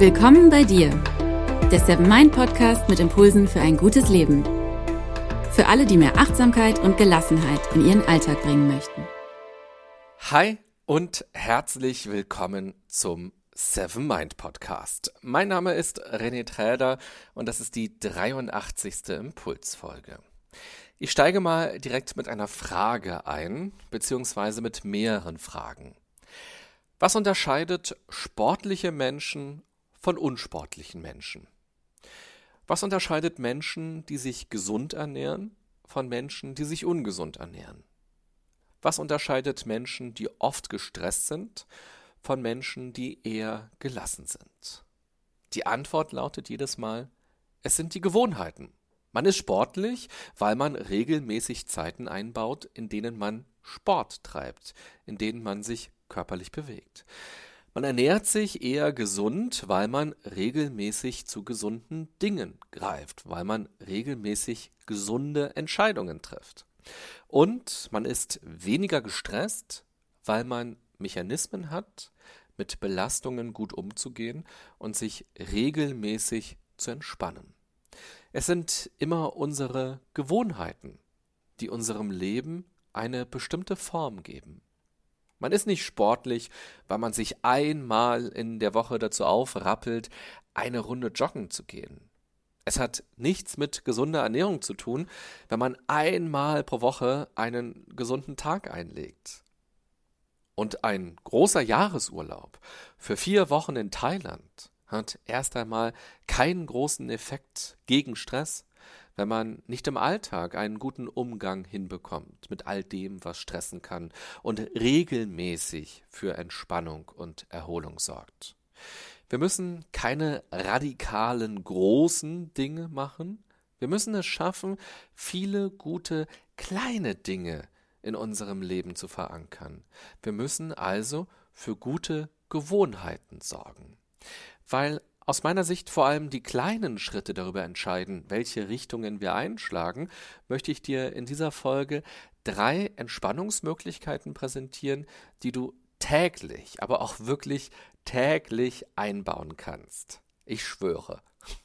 Willkommen bei dir, der Seven Mind Podcast mit Impulsen für ein gutes Leben. Für alle, die mehr Achtsamkeit und Gelassenheit in ihren Alltag bringen möchten. Hi und herzlich willkommen zum Seven Mind Podcast. Mein Name ist René Träder und das ist die 83. Impulsfolge. Ich steige mal direkt mit einer Frage ein, beziehungsweise mit mehreren Fragen. Was unterscheidet sportliche Menschen von unsportlichen Menschen? Was unterscheidet Menschen, die sich gesund ernähren, von Menschen, die sich ungesund ernähren? Was unterscheidet Menschen, die oft gestresst sind, von Menschen, die eher gelassen sind? Die Antwort lautet jedes Mal, es sind die Gewohnheiten. Man ist sportlich, weil man regelmäßig Zeiten einbaut, in denen man Sport treibt, in denen man sich körperlich bewegt. Man ernährt sich eher gesund, weil man regelmäßig zu gesunden Dingen greift, weil man regelmäßig gesunde Entscheidungen trifft. Und man ist weniger gestresst, weil man Mechanismen hat, mit Belastungen gut umzugehen und sich regelmäßig zu entspannen. Es sind immer unsere Gewohnheiten, die unserem Leben eine bestimmte Form geben. Man ist nicht sportlich, weil man sich einmal in der Woche dazu aufrappelt, eine Runde joggen zu gehen. Es hat nichts mit gesunder Ernährung zu tun, wenn man einmal pro Woche einen gesunden Tag einlegt. Und ein großer Jahresurlaub für 4 Wochen in Thailand hat erst einmal keinen großen Effekt gegen Stress, wenn man nicht im Alltag einen guten Umgang hinbekommt mit all dem, was stressen kann und regelmäßig für Entspannung und Erholung sorgt. Wir müssen keine radikalen, großen Dinge machen. Wir müssen es schaffen, viele gute, kleine Dinge in unserem Leben zu verankern. Wir müssen also für gute Gewohnheiten sorgen. Weil aus meiner Sicht vor allem die kleinen Schritte darüber entscheiden, welche Richtungen wir einschlagen, möchte ich dir in dieser Folge 3 Entspannungsmöglichkeiten präsentieren, die du täglich, aber auch wirklich täglich einbauen kannst. Ich schwöre.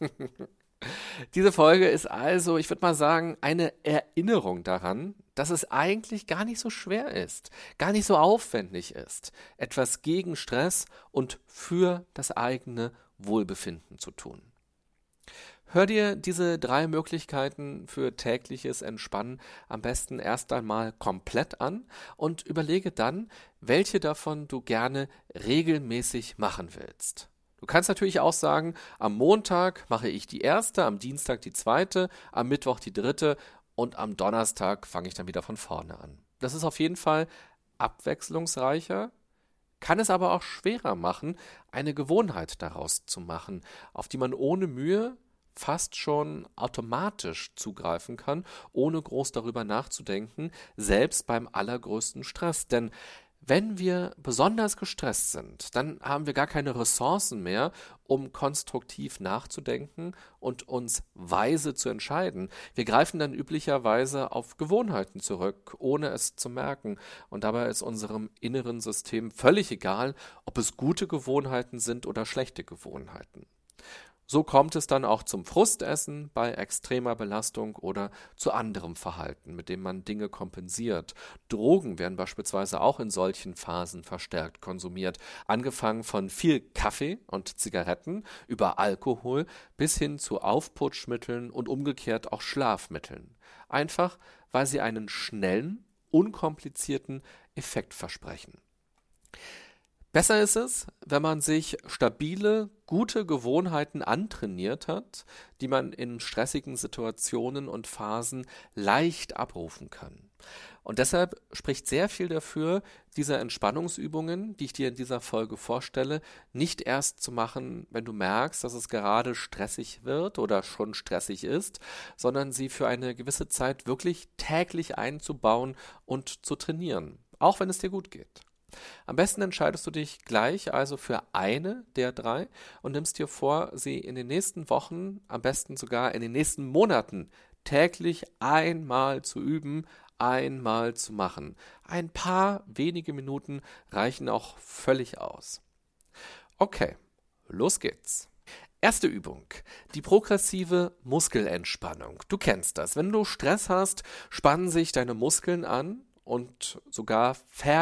Diese Folge ist also, ich würde mal sagen, eine Erinnerung daran, dass es eigentlich gar nicht so schwer ist, gar nicht so aufwendig ist, etwas gegen Stress und für das eigene Wohlbefinden zu tun. Hör dir diese 3 Möglichkeiten für tägliches Entspannen am besten erst einmal komplett an und überlege dann, welche davon du gerne regelmäßig machen willst. Du kannst natürlich auch sagen, am Montag mache ich die erste, am Dienstag die zweite, am Mittwoch die dritte und am Donnerstag fange ich dann wieder von vorne an. Das ist auf jeden Fall abwechslungsreicher, kann es aber auch schwerer machen, eine Gewohnheit daraus zu machen, auf die man ohne Mühe fast schon automatisch zugreifen kann, ohne groß darüber nachzudenken, selbst beim allergrößten Stress. Denn wenn wir besonders gestresst sind, dann haben wir gar keine Ressourcen mehr, um konstruktiv nachzudenken und uns weise zu entscheiden. Wir greifen dann üblicherweise auf Gewohnheiten zurück, ohne es zu merken. Und dabei ist unserem inneren System völlig egal, ob es gute Gewohnheiten sind oder schlechte Gewohnheiten. So kommt es dann auch zum Frustessen bei extremer Belastung oder zu anderem Verhalten, mit dem man Dinge kompensiert. Drogen werden beispielsweise auch in solchen Phasen verstärkt konsumiert, angefangen von viel Kaffee und Zigaretten über Alkohol bis hin zu Aufputschmitteln und umgekehrt auch Schlafmitteln. Einfach, weil sie einen schnellen, unkomplizierten Effekt versprechen. Besser ist es, wenn man sich stabile, gute Gewohnheiten antrainiert hat, die man in stressigen Situationen und Phasen leicht abrufen kann. Und deshalb spricht sehr viel dafür, diese Entspannungsübungen, die ich dir in dieser Folge vorstelle, nicht erst zu machen, wenn du merkst, dass es gerade stressig wird oder schon stressig ist, sondern sie für eine gewisse Zeit wirklich täglich einzubauen und zu trainieren, auch wenn es dir gut geht. Am besten entscheidest du dich gleich also für eine der 3 und nimmst dir vor, sie in den nächsten Wochen, am besten sogar in den nächsten Monaten täglich einmal zu üben, einmal zu machen. Ein paar wenige Minuten reichen auch völlig aus. Okay, los geht's. Erste Übung, die progressive Muskelentspannung. Du kennst das. Wenn du Stress hast, spannen sich deine Muskeln an und sogar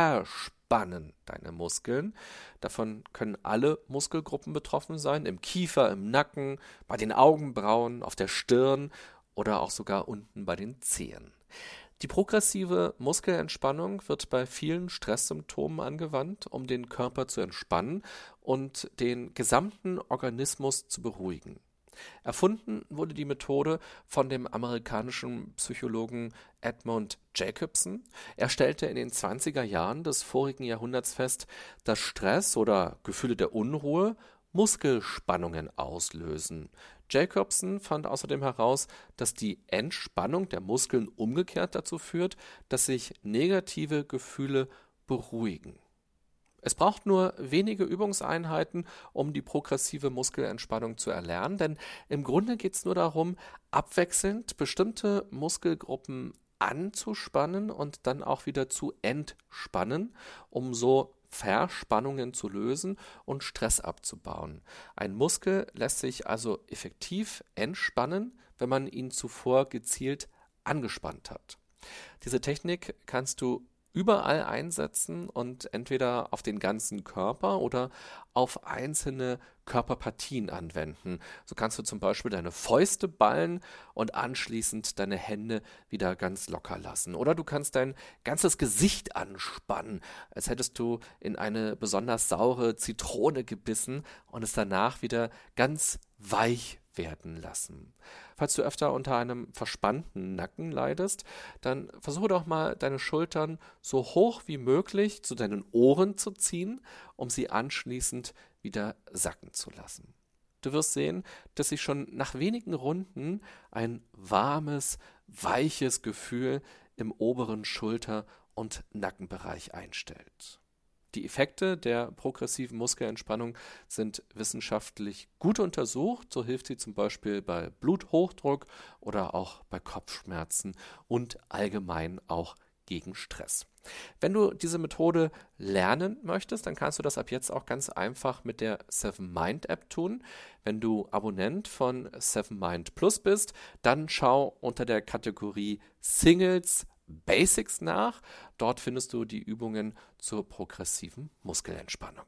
verspannen deine Muskeln. Davon können alle Muskelgruppen betroffen sein, im Kiefer, im Nacken, bei den Augenbrauen, auf der Stirn oder auch sogar unten bei den Zehen. Die progressive Muskelentspannung wird bei vielen Stresssymptomen angewandt, um den Körper zu entspannen und den gesamten Organismus zu beruhigen. Erfunden wurde die Methode von dem amerikanischen Psychologen Edmund Jacobson. Er stellte in den 20er Jahren des vorigen Jahrhunderts fest, dass Stress oder Gefühle der Unruhe Muskelspannungen auslösen. Jacobson fand außerdem heraus, dass die Entspannung der Muskeln umgekehrt dazu führt, dass sich negative Gefühle beruhigen. Es braucht nur wenige Übungseinheiten, um die progressive Muskelentspannung zu erlernen, denn im Grunde geht es nur darum, abwechselnd bestimmte Muskelgruppen anzuspannen und dann auch wieder zu entspannen, um so Verspannungen zu lösen und Stress abzubauen. Ein Muskel lässt sich also effektiv entspannen, wenn man ihn zuvor gezielt angespannt hat. Diese Technik kannst du überall einsetzen und entweder auf den ganzen Körper oder auf einzelne Körperpartien anwenden. So kannst du zum Beispiel deine Fäuste ballen und anschließend deine Hände wieder ganz locker lassen. Oder du kannst dein ganzes Gesicht anspannen, als hättest du in eine besonders saure Zitrone gebissen und es danach wieder ganz weich werden lassen. Falls du öfter unter einem verspannten Nacken leidest, dann versuche doch mal, deine Schultern so hoch wie möglich zu deinen Ohren zu ziehen, um sie anschließend wieder sacken zu lassen. Du wirst sehen, dass sich schon nach wenigen Runden ein warmes, weiches Gefühl im oberen Schulter- und Nackenbereich einstellt. Die Effekte der progressiven Muskelentspannung sind wissenschaftlich gut untersucht. So hilft sie zum Beispiel bei Bluthochdruck oder auch bei Kopfschmerzen und allgemein auch gegen Stress. Wenn du diese Methode lernen möchtest, dann kannst du das ab jetzt auch ganz einfach mit der 7Mind App tun. Wenn du Abonnent von 7Mind Plus bist, dann schau unter der Kategorie Singles Basics nach. Dort findest du die Übungen zur progressiven Muskelentspannung.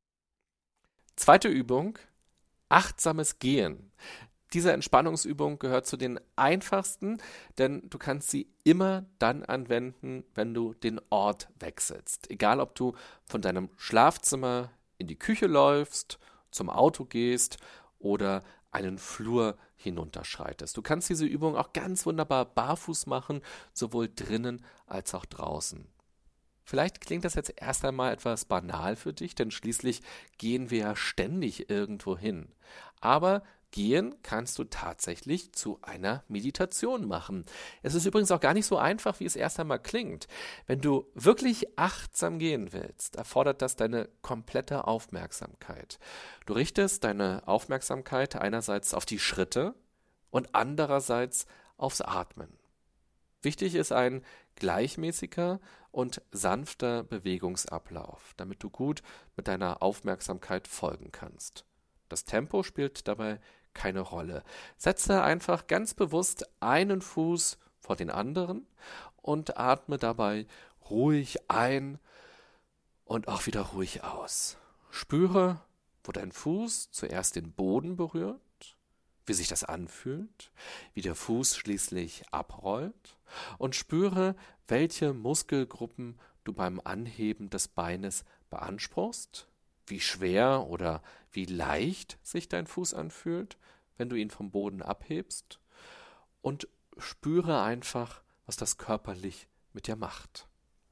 Zweite Übung, achtsames Gehen. Diese Entspannungsübung gehört zu den einfachsten, denn du kannst sie immer dann anwenden, wenn du den Ort wechselst. Egal, ob du von deinem Schlafzimmer in die Küche läufst, zum Auto gehst oder einen Flur hinunterschreitest. Du kannst diese Übung auch ganz wunderbar barfuß machen, sowohl drinnen als auch draußen. Vielleicht klingt das jetzt erst einmal etwas banal für dich, denn schließlich gehen wir ja ständig irgendwo hin. Aber Gehen kannst du tatsächlich zu einer Meditation machen. Es ist übrigens auch gar nicht so einfach, wie es erst einmal klingt. Wenn du wirklich achtsam gehen willst, erfordert das deine komplette Aufmerksamkeit. Du richtest deine Aufmerksamkeit einerseits auf die Schritte und andererseits aufs Atmen. Wichtig ist ein gleichmäßiger und sanfter Bewegungsablauf, damit du gut mit deiner Aufmerksamkeit folgen kannst. Das Tempo spielt dabei keine Rolle. Setze einfach ganz bewusst einen Fuß vor den anderen und atme dabei ruhig ein und auch wieder ruhig aus. Spüre, wo dein Fuß zuerst den Boden berührt, wie sich das anfühlt, wie der Fuß schließlich abrollt und spüre, welche Muskelgruppen du beim Anheben des Beines beanspruchst, wie schwer oder wie leicht sich dein Fuß anfühlt, wenn du ihn vom Boden abhebst, und spüre einfach, was das körperlich mit dir macht.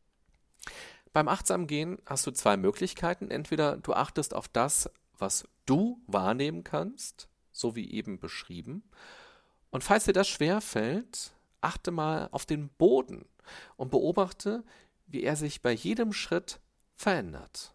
Beim achtsamen Gehen hast du zwei Möglichkeiten. Entweder du achtest auf das, was du wahrnehmen kannst, so wie eben beschrieben, und falls dir das schwerfällt, achte mal auf den Boden und beobachte, wie er sich bei jedem Schritt verändert.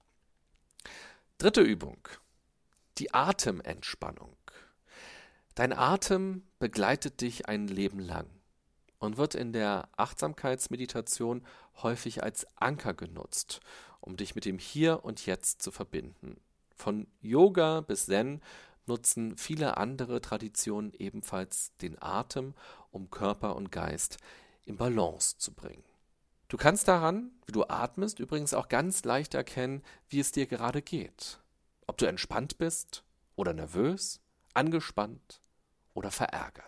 Dritte Übung, die Atementspannung. Dein Atem begleitet dich ein Leben lang und wird in der Achtsamkeitsmeditation häufig als Anker genutzt, um dich mit dem Hier und Jetzt zu verbinden. Von Yoga bis Zen nutzen viele andere Traditionen ebenfalls den Atem, um Körper und Geist in Balance zu bringen. Du kannst daran, wie du atmest, übrigens auch ganz leicht erkennen, wie es dir gerade geht. Ob du entspannt bist oder nervös, angespannt oder verärgert.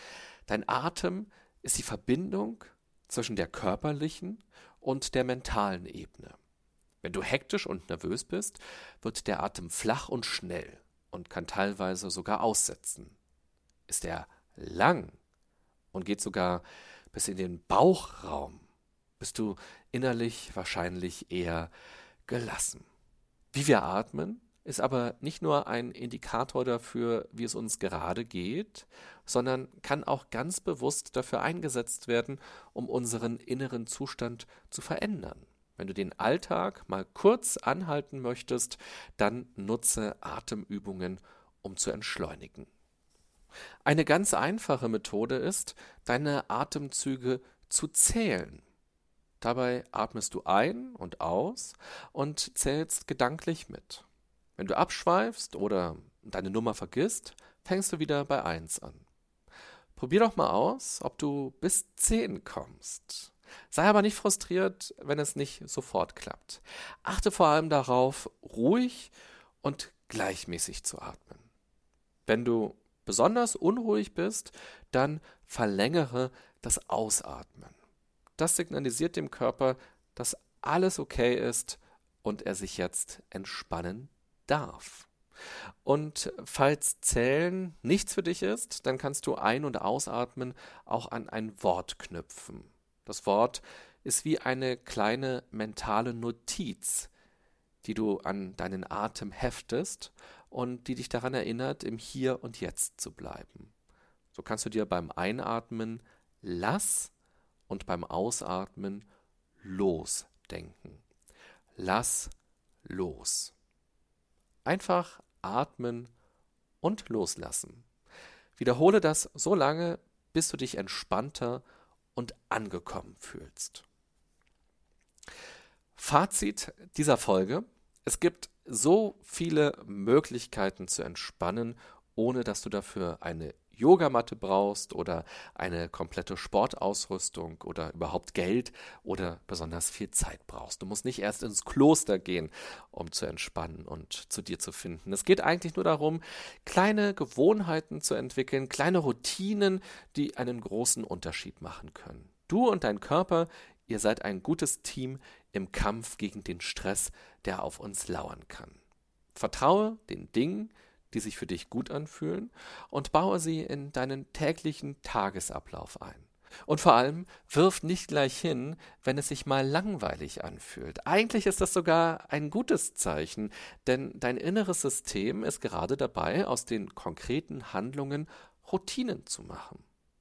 Dein Atem ist die Verbindung zwischen der körperlichen und der mentalen Ebene. Wenn du hektisch und nervös bist, wird der Atem flach und schnell und kann teilweise sogar aussetzen. Ist er lang und geht sogar bis in den Bauchraum, bist du innerlich wahrscheinlich eher gelassen. Wie wir atmen, ist aber nicht nur ein Indikator dafür, wie es uns gerade geht, sondern kann auch ganz bewusst dafür eingesetzt werden, um unseren inneren Zustand zu verändern. Wenn du den Alltag mal kurz anhalten möchtest, dann nutze Atemübungen, um zu entschleunigen. Eine ganz einfache Methode ist, deine Atemzüge zu zählen. Dabei atmest du ein und aus und zählst gedanklich mit. Wenn du abschweifst oder deine Nummer vergisst, fängst du wieder bei 1 an. Probier doch mal aus, ob du bis 10 kommst. Sei aber nicht frustriert, wenn es nicht sofort klappt. Achte vor allem darauf, ruhig und gleichmäßig zu atmen. Wenn du besonders unruhig bist, dann verlängere das Ausatmen. Das signalisiert dem Körper, dass alles okay ist und er sich jetzt entspannen darf. Und falls Zählen nichts für dich ist, dann kannst du Ein- und Ausatmen auch an ein Wort knüpfen. Das Wort ist wie eine kleine mentale Notiz, die du an deinen Atem heftest und die dich daran erinnert, im Hier und Jetzt zu bleiben. So kannst du dir beim Einatmen lass und beim Ausatmen los denken. Lass los. Einfach atmen und loslassen. Wiederhole das so lange, bis du dich entspannter und angekommen fühlst. Fazit dieser Folge: Es gibt so viele Möglichkeiten zu entspannen, ohne dass du dafür eine Yogamatte brauchst oder eine komplette Sportausrüstung oder überhaupt Geld oder besonders viel Zeit brauchst. Du musst nicht erst ins Kloster gehen, um zu entspannen und zu dir zu finden. Es geht eigentlich nur darum, kleine Gewohnheiten zu entwickeln, kleine Routinen, die einen großen Unterschied machen können. Du und dein Körper, ihr seid ein gutes Team im Kampf gegen den Stress, der auf uns lauern kann. Vertraue den Dingen, die sich für dich gut anfühlen, und baue sie in deinen täglichen Tagesablauf ein. Und vor allem, wirf nicht gleich hin, wenn es sich mal langweilig anfühlt. Eigentlich ist das sogar ein gutes Zeichen, denn dein inneres System ist gerade dabei, aus den konkreten Handlungen Routinen zu machen.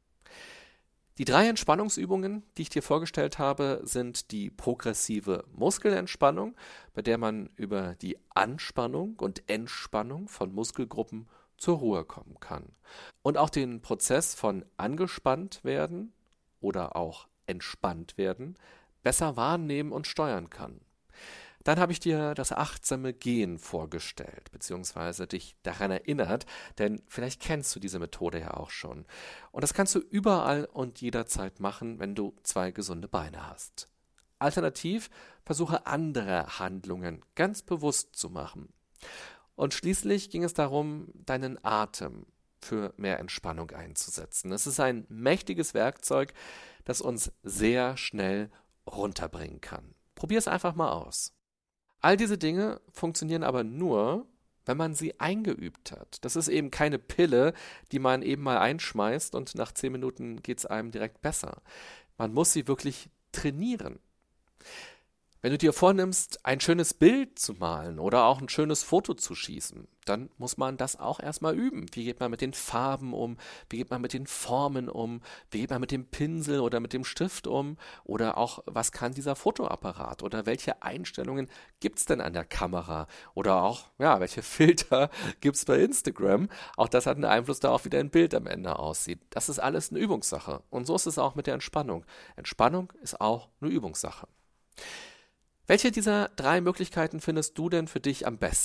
Die 3 Entspannungsübungen, die ich dir vorgestellt habe, sind die progressive Muskelentspannung, bei der man über die Anspannung und Entspannung von Muskelgruppen zur Ruhe kommen kann. Und auch den Prozess von angespannt werden oder auch entspannt werden besser wahrnehmen und steuern kann. Dann habe ich dir das achtsame Gehen vorgestellt, beziehungsweise dich daran erinnert, denn vielleicht kennst du diese Methode ja auch schon. Und das kannst du überall und jederzeit machen, wenn du 2 gesunde Beine hast. Alternativ versuche andere Handlungen ganz bewusst zu machen. Und schließlich ging es darum, deinen Atem für mehr Entspannung einzusetzen. Es ist ein mächtiges Werkzeug, das uns sehr schnell runterbringen kann. Probier es einfach mal aus. All diese Dinge funktionieren aber nur, wenn man sie eingeübt hat. Das ist eben keine Pille, die man eben mal einschmeißt und nach 10 Minuten geht es einem direkt besser. Man muss sie wirklich trainieren. Wenn du dir vornimmst, ein schönes Bild zu malen oder auch ein schönes Foto zu schießen, dann muss man das auch erstmal üben. Wie geht man mit den Farben um? Wie geht man mit den Formen um? Wie geht man mit dem Pinsel oder mit dem Stift um? Oder auch, was kann dieser Fotoapparat? Oder welche Einstellungen gibt es denn an der Kamera? Oder auch, ja, welche Filter gibt es bei Instagram? Auch das hat einen Einfluss darauf, wie dein Bild am Ende aussieht. Das ist alles eine Übungssache. Und so ist es auch mit der Entspannung. Entspannung ist auch eine Übungssache. Welche dieser 3 Möglichkeiten findest du denn für dich am besten?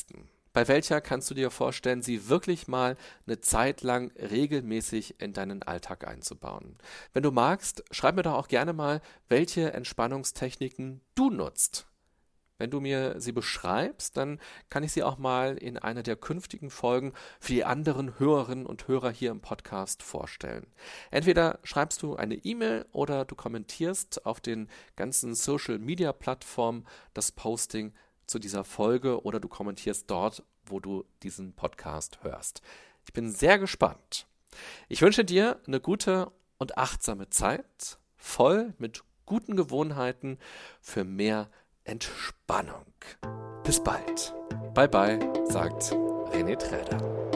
Bei welcher kannst du dir vorstellen, sie wirklich mal eine Zeit lang regelmäßig in deinen Alltag einzubauen? Wenn du magst, schreib mir doch auch gerne mal, welche Entspannungstechniken du nutzt. Wenn du mir sie beschreibst, dann kann ich sie auch mal in einer der künftigen Folgen für die anderen Hörerinnen und Hörer hier im Podcast vorstellen. Entweder schreibst du eine E-Mail oder du kommentierst auf den ganzen Social-Media-Plattformen das Posting zu dieser Folge oder du kommentierst dort, wo du diesen Podcast hörst. Ich bin sehr gespannt. Ich wünsche dir eine gute und achtsame Zeit, voll mit guten Gewohnheiten für mehr Entspannung. Bis bald. Bye bye, sagt René Träder.